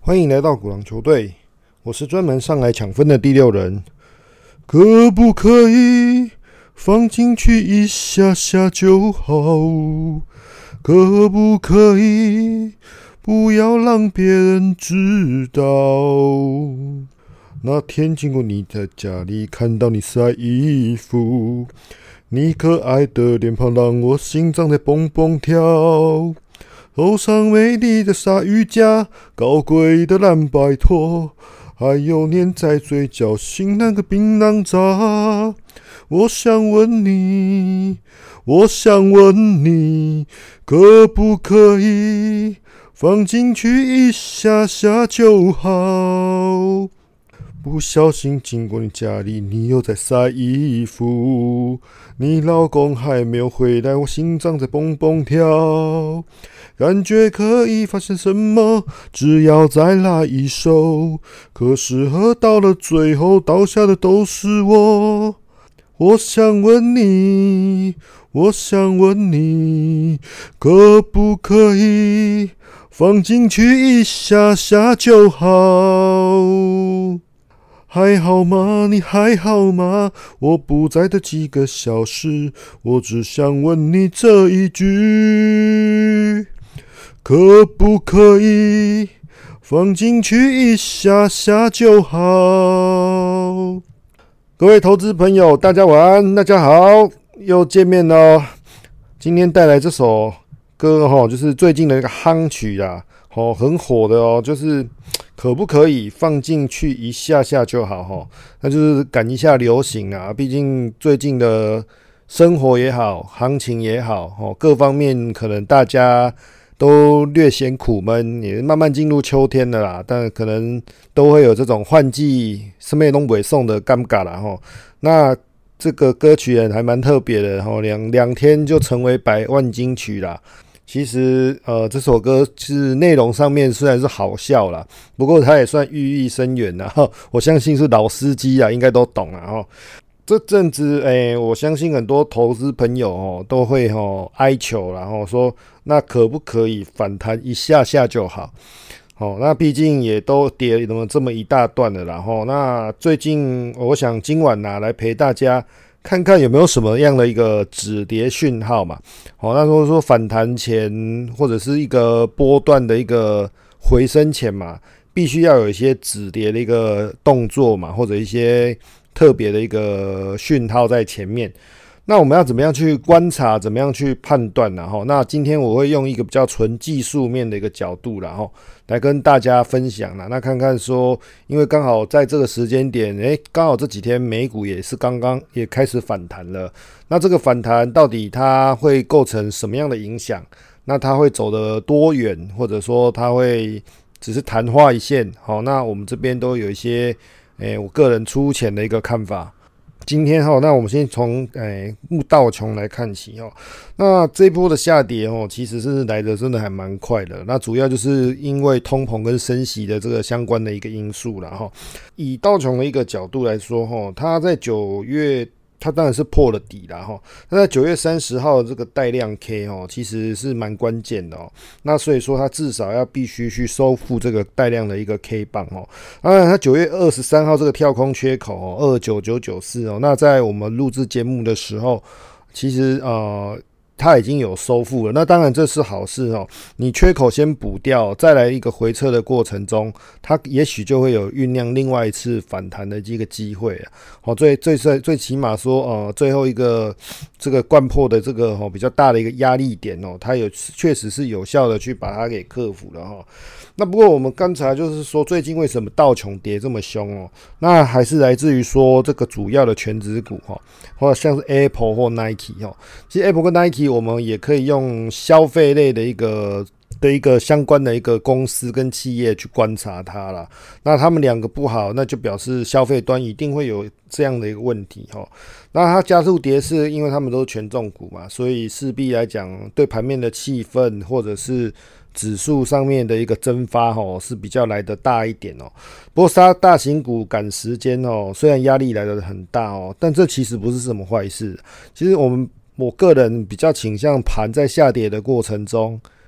欢迎来到鼓浪球队，我是专门上来抢分的第六人。可不可以放进去一下下就好？可不可以不要让别人知道？那天经过你的家里，看到你晒衣服，你可爱的脸庞让我心脏在蹦蹦跳。头上美丽的鲨鱼夹，高贵的蓝白拖，还有粘在嘴角心那个槟榔渣。我想问你，可不可以放进去一下下就好？不小心经过你家里，你又在晒衣服，你老公还没有回来，我心脏在蹦蹦跳，感觉可以发生什么，只要再来一首，可是喝到了最后，倒下的都是我。我想问你，可不可以放进去一下下就好？还好吗？你还好吗？我不在的几个小时，我只想问你这一句，可不可以放进去一下下就好？各位投资朋友，大家晚安，大家好，又见面了。今天带来这首歌就是最近的一个夯曲啦，很火的哦，就是可不可以放进去一下下就好那就是赶一下流行啊，毕竟最近的生活也好，行情也好各方面可能大家都略显苦闷，也慢慢进入秋天了啦，但可能都会有这种换季什么都不会送的尴尬啦那这个歌曲也还蛮特别的两天就成为100万金曲啦。其实这首歌是内容上面虽然是好笑啦，不过它也算寓意深远啦我相信是老司机啊，应该都懂啦这阵子我相信很多投资朋友都会哀求啦说那可不可以反弹一下下就好那毕竟也都跌了这么一大段了啦那最近我想今晚来陪大家看看有没有什么样的一个止跌讯号嘛那如果说反弹前或者是一个波段的一个回升前嘛，必须要有一些止跌的一个动作嘛，或者一些特别的一个讯号在前面。那我们要怎么样去观察，怎么样去判断呢？那今天我会用一个比较纯技术面的一个角度来跟大家分享啦。那看看说，因为刚好在这个时间点，刚好这几天美股也是刚刚也开始反弹了。那这个反弹到底它会构成什么样的影响？那它会走得多远，或者说它会只是昙花一现？那我们这边都有一些我个人粗浅的一个看法。今天那我们先从道琼来看起那这一波的下跌其实是来的真的还蛮快的。那主要就是因为通膨跟升息的这个相关的一个因素啦以道琼的一个角度来说它在9月它当然是破了底啦那在9月30号的这个带量 K 其实是蛮关键的那所以说它至少要必须去收复这个带量的一个 K 棒当然它9月23号这个跳空缺口29994那在我们录制节目的时候，其实它已经有收复了，那当然这是好事你缺口先补掉，再来一个回撤的过程中，它也许就会有酝酿另外一次反弹的一个机会最起码说最后一个这个掼破的这个比较大的一个压力点它有确实是有效的去把它给克服了那不过我们刚才就是说，最近为什么道琼跌这么凶那还是来自于说这个主要的权值股或者像是 Apple 或 Nike 其实 Apple 跟 Nike 我们也可以用消费类的一个相关的一个公司跟企业去观察它啦。那他们两个不好，那就表示消费端一定会有这样的一个问题那它加速跌是因为他们都是权重股嘛，所以势必来讲对盘面的气氛或者是指数上面的一个蒸发是比较来得大一点不过大型股赶时间虽然压力来得很大但这其实不是什么坏事。其实我个人比较倾向盘在下跌的过程中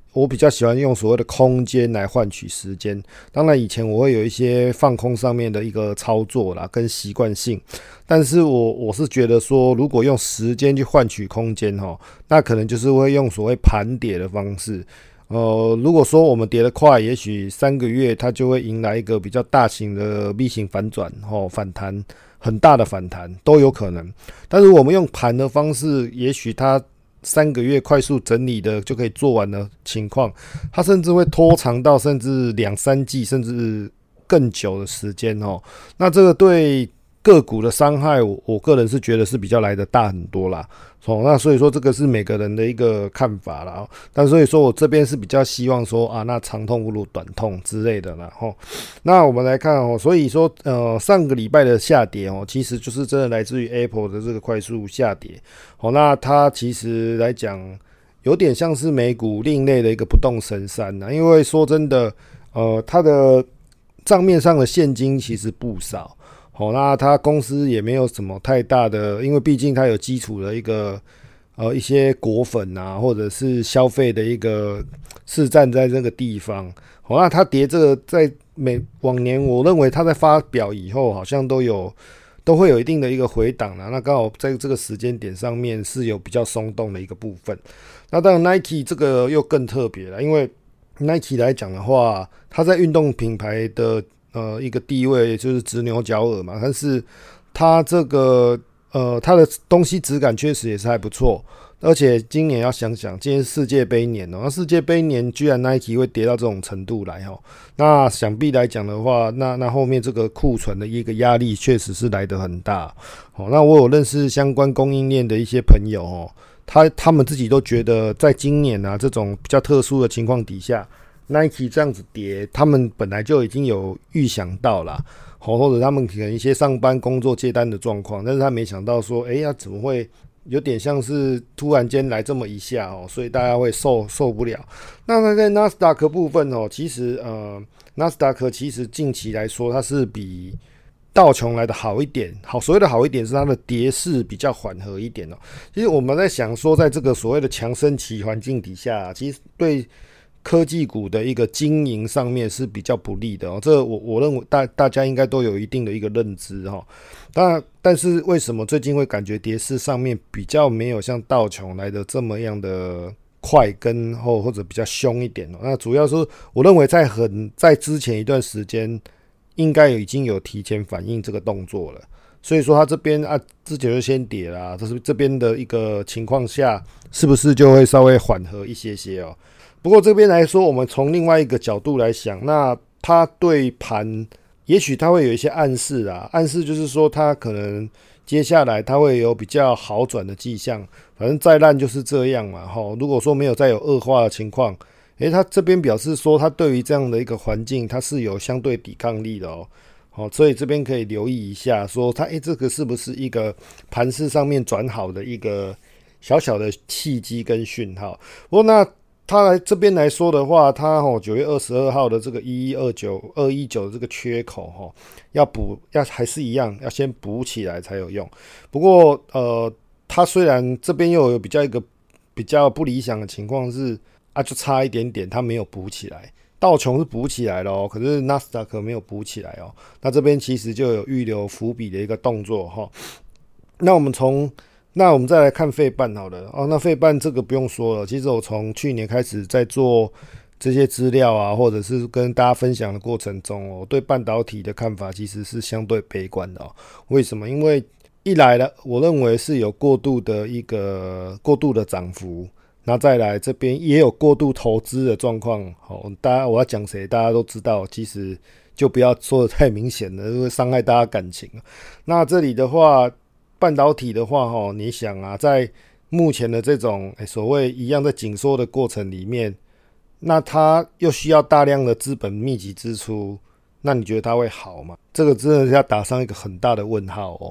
我比较喜欢用所谓的空间来换取时间。当然以前我会有一些放空上面的一个操作啦，跟习惯性，但是我是觉得说，如果用时间去换取空间那可能就是会用所谓盘跌的方式。如果说我们跌得快，也许3个月它就会迎来一个比较大型的 V 型反转反弹，很大的反弹都有可能。但是我们用盘的方式，也许它3个月快速整理的就可以做完的情况，它甚至会拖长到甚至2-3季，甚至更久的时间那这个对个股的伤害，我个人是觉得是比较来得大很多啦。那所以说这个是每个人的一个看法啦。但所以说我这边是比较希望说那长痛不如短痛之类的啦。那我们来看所以说上个礼拜的下跌其实就是真的来自于 Apple 的这个快速下跌。那它其实来讲有点像是美股另类的一个不动神山啦，因为说真的它的账面上的现金其实不少。那他公司也没有什么太大的，因为毕竟他有基础的一些果粉啊，或者是消费的一个市占在这个地方。那他跌这个在往年，我认为他在发表以后，好像都会有一定的一个回档啦。那刚好在这个时间点上面是有比较松动的一个部分。那当然 Nike 这个又更特别了，因为 Nike 来讲的话，它在运动品牌的一个地位就是直牛角耳嘛，但是它这个它的东西质感确实也是还不错，而且今年要想想，今年世界杯年那世界杯年居然 Nike 会跌到这种程度来那想必来讲的话，那后面这个库存的一个压力确实是来得很大那我有认识相关供应链的一些朋友他们自己都觉得，在今年这种比较特殊的情况底下，Nike 这样子跌，他们本来就已经有预想到啦，或者他们可能一些上班工作接单的状况，但是他没想到说，怎么会有点像是突然间来这么一下所以大家会受不了。那在纳斯达克部分其实纳斯达克其实近期来说，它是比道琼来的好一点。所谓的好一点是它的跌势比较缓和一点其实我们在想说，在这个所谓的强升息环境底下，其实对科技股的一个经营上面是比较不利的这我认为大家应该都有一定的一个认知但是为什么最近会感觉跌势上面比较没有像道琼来的这么样的快跟或者比较凶一点那主要是我认为在之前一段时间应该已经有提前反应这个动作了，所以说他这边之前就先跌啦，这边的一个情况下，是不是就会稍微缓和一些不过这边来说，我们从另外一个角度来想，那他对盘也许他会有一些暗示暗示就是说他可能接下来他会有比较好转的迹象，反正再烂就是这样嘛如果说没有再有恶化的情况，他这边表示说他对于这样的一个环境他是有相对抵抗力的所以这边可以留意一下说他这个是不是一个盘势上面转好的一个小小的契机跟讯号。不过那他来这边来说的话，他9月22号的这个219的这个缺口要还是一样，要先补起来才有用。不过他虽然这边又有一个比较不理想的情况是就差一点点他没有补起来，道琼是补起来了可是纳斯达克没有补起来那这边其实就有预留伏笔的一个动作那我们再来看费半好了那费半这个不用说了，其实我从去年开始在做这些资料或者是跟大家分享的过程中我对半导体的看法其实是相对悲观的为什么？因为一来了，我认为是有过度的涨幅，那再来这边也有过度投资的状况我要讲谁大家都知道，其实就不要说的太明显了，会伤害大家感情。那这里的话半导体的话你想在目前的这种所谓一样在紧缩的过程里面，那它又需要大量的资本密集支出，那你觉得它会好吗？这个真的是要打上一个很大的问号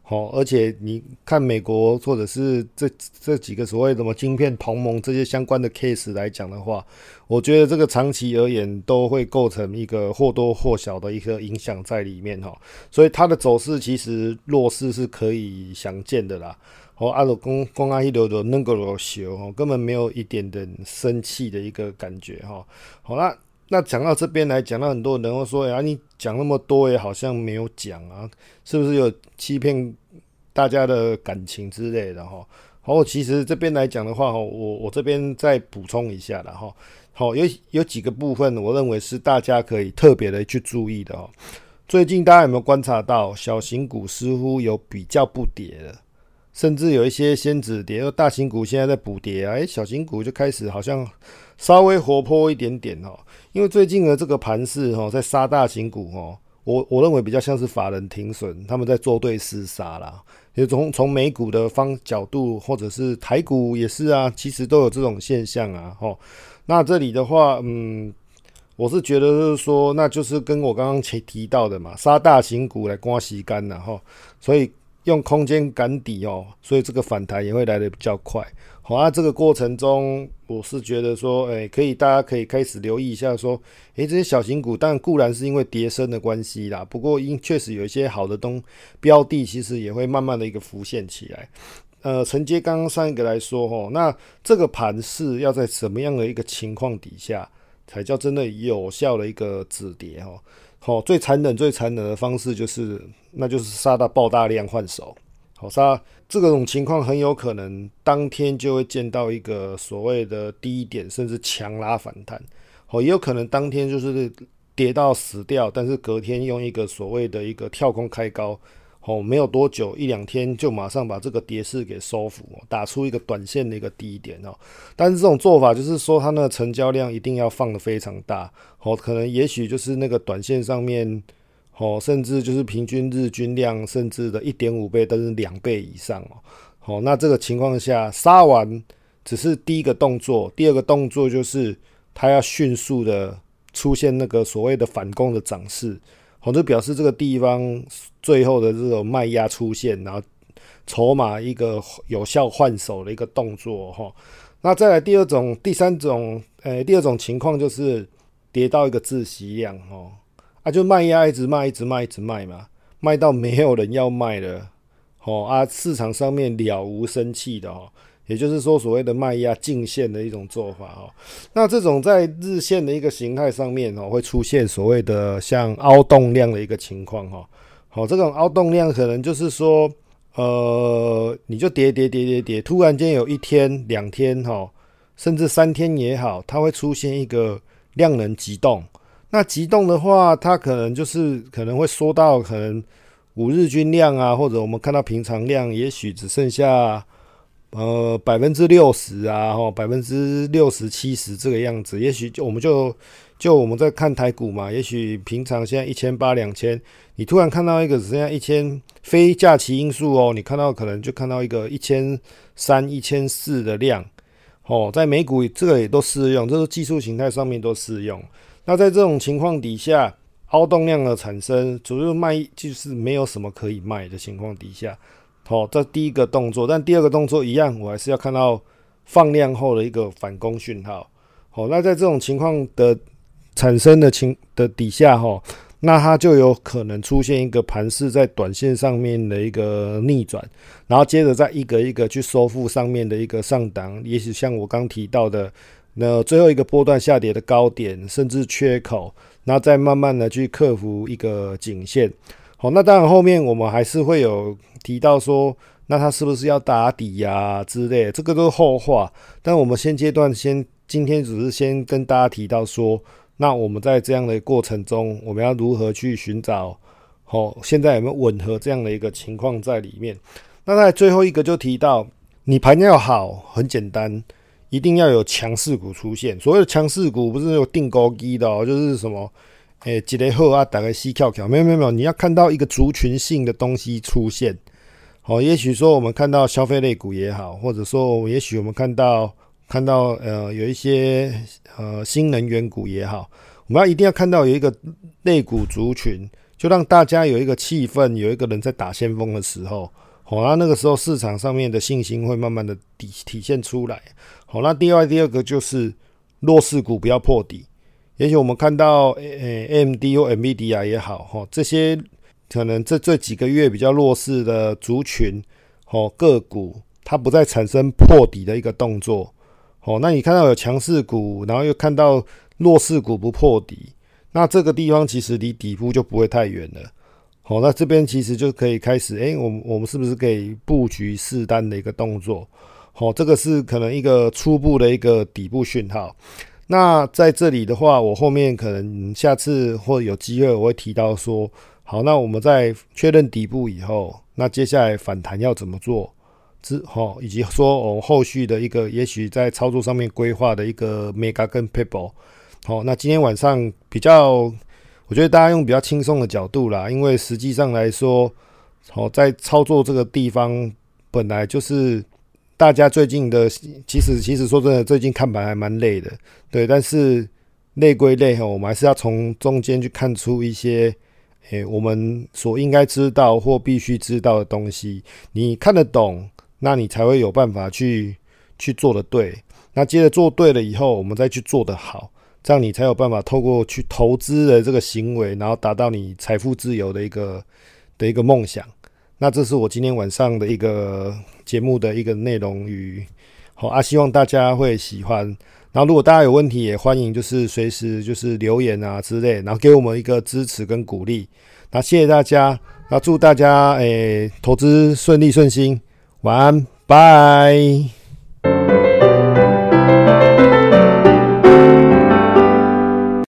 而且你看美国或者是这几个所谓什么晶片同盟这些相关的 case 来讲的话，我觉得这个长期而言都会构成一个或多或少的一个影响在里面所以它的走势其实弱势是可以想见的啦。就讲啊，迄落就那个就小根本没有一点点生气的一个感觉好，那讲到这边来讲到很多人会说你讲那么多也好像没有讲啊，是不是有欺骗大家的感情之类的其实这边来讲的话我这边再补充一下啦有几个部分我认为是大家可以特别的去注意的最近大家有没有观察到小型股似乎有比较不跌了，甚至有一些先止跌，大型股现在在补跌小型股就开始好像稍微活泼一点点因为最近的这个盘势在杀大型股我认为比较像是法人停损，他们在做对厮杀啦。也从美股的角度，或者是台股也是啊，其实都有这种现象啊那这里的话我是觉得就是说，那就是跟我刚刚提到的嘛，杀大型股来刮洗干啦所以用空间赶底所以这个反弹也会来得比较快这个过程中我是觉得说大家可以开始留意一下说这些小型股当然固然是因为跌升的关系啦，不过确实有一些好的标的其实也会慢慢的一个浮现起来承接刚刚上一个来说那这个盘势要在什么样的一个情况底下才叫真的有效的一个止跌最残忍的方式就是杀到爆大量换手杀这种情况很有可能当天就会见到一个所谓的低点甚至强拉反弹也有可能当天就是跌到死掉，但是隔天用一个所谓的一个跳空开高没有多久一两天就马上把这个跌势给收服打出一个短线的一个低点但是这种做法就是说它那个成交量一定要放得非常大可能也许就是那个短线上面甚至就是平均日均量甚至的 1.5 倍但是2倍以上那这个情况下杀完只是第一个动作，第二个动作就是它要迅速的出现那个所谓的反攻的涨势就表示这个地方最后的这种卖压出现，然后筹码一个有效换手的一个动作那再来第二种情况就是跌到一个窒息量就卖压一直卖嘛，卖到没有人要卖了市场上面了无生气的也就是说所谓的卖压净线的一种做法那这种在日线的一个形态上面会出现所谓的像凹动量的一个情况这种凹动量可能就是说你就跌，突然间有一天两天甚至3天也好，它会出现一个量能急动，那急动的话它可能会缩到可能5日均量啊，或者我们看到平常量也许只剩下60%啊，60%、70%这个样子，也许我们在看台股嘛，也许平常现在1800、2000，你突然看到一个只剩下1000，非假期因素你可能就看到一个1300、1400的量在美股这个也都适用，这是技术形态上面都适用。那在这种情况底下，凹动量的产生，主要卖就是没有什么可以卖的情况底下。这第一个动作，但第二个动作一样，我还是要看到放量后的一个反攻讯号。那在这种情况的产生的底下那它就有可能出现一个盘势在短线上面的一个逆转，然后接着再一个一个去收复上面的一个上档，也许像我刚提到的那最后一个波段下跌的高点，甚至缺口，然后再慢慢的去克服一个颈线。那当然后面我们还是会有提到说，那它是不是要打底啊之类的，这个都是后话。但我们现阶段今天只是先跟大家提到说，那我们在这样的过程中，我们要如何去寻找现在有没有吻合这样的一个情况在里面。那在最后一个就提到，你盘要好很简单，一定要有强势股出现。所谓的强势股不是有定高低的就是什么一个好啊，大概死翘翘，没有，你要看到一个族群性的东西出现。也许说我们看到消费类股也好，或者说也许我们看到有一些新能源股也好，我们一定要看到有一个类股族群就让大家有一个气氛，有一个人在打先锋的时候，那个时候市场上面的信心会慢慢的体现出来。那第二个就是弱势股不要破底。也许我们看到AMD 或 NVIDIA 也好，这些可能这几个月比较弱势的族群个股，它不再产生破底的一个动作。那你看到有强势股，然后又看到弱势股不破底，那这个地方其实离底部就不会太远了。那这边其实就可以开始，我们是不是可以布局试单的一个动作？这个是可能一个初步的一个底部讯号。那在这里的话，我后面可能下次或有机会我会提到说，好，那我们在确认底部以后，那接下来反弹要怎么做？以及说后续的一个也许在操作上面规划的一个 mega 跟 pebble。那今天晚上比较，我觉得大家用比较轻松的角度啦，因为实际上来说，在操作这个地方本来就是大家最近的，其实说真的，最近看盘还蛮累的，对，但是累归累，我们还是要从中间去看出一些我们所应该知道或必须知道的东西，你看得懂，那你才会有办法去做得对。那接着做对了以后，我们再去做得好，这样你才有办法透过去投资的这个行为，然后达到你财富自由的一个梦想。那这是我今天晚上的一个节目的一个内容与希望大家会喜欢。然后如果大家有问题，也欢迎就是随时就是留言啊之类，然后给我们一个支持跟鼓励。那谢谢大家，那祝大家投资顺利顺心，晚安，拜。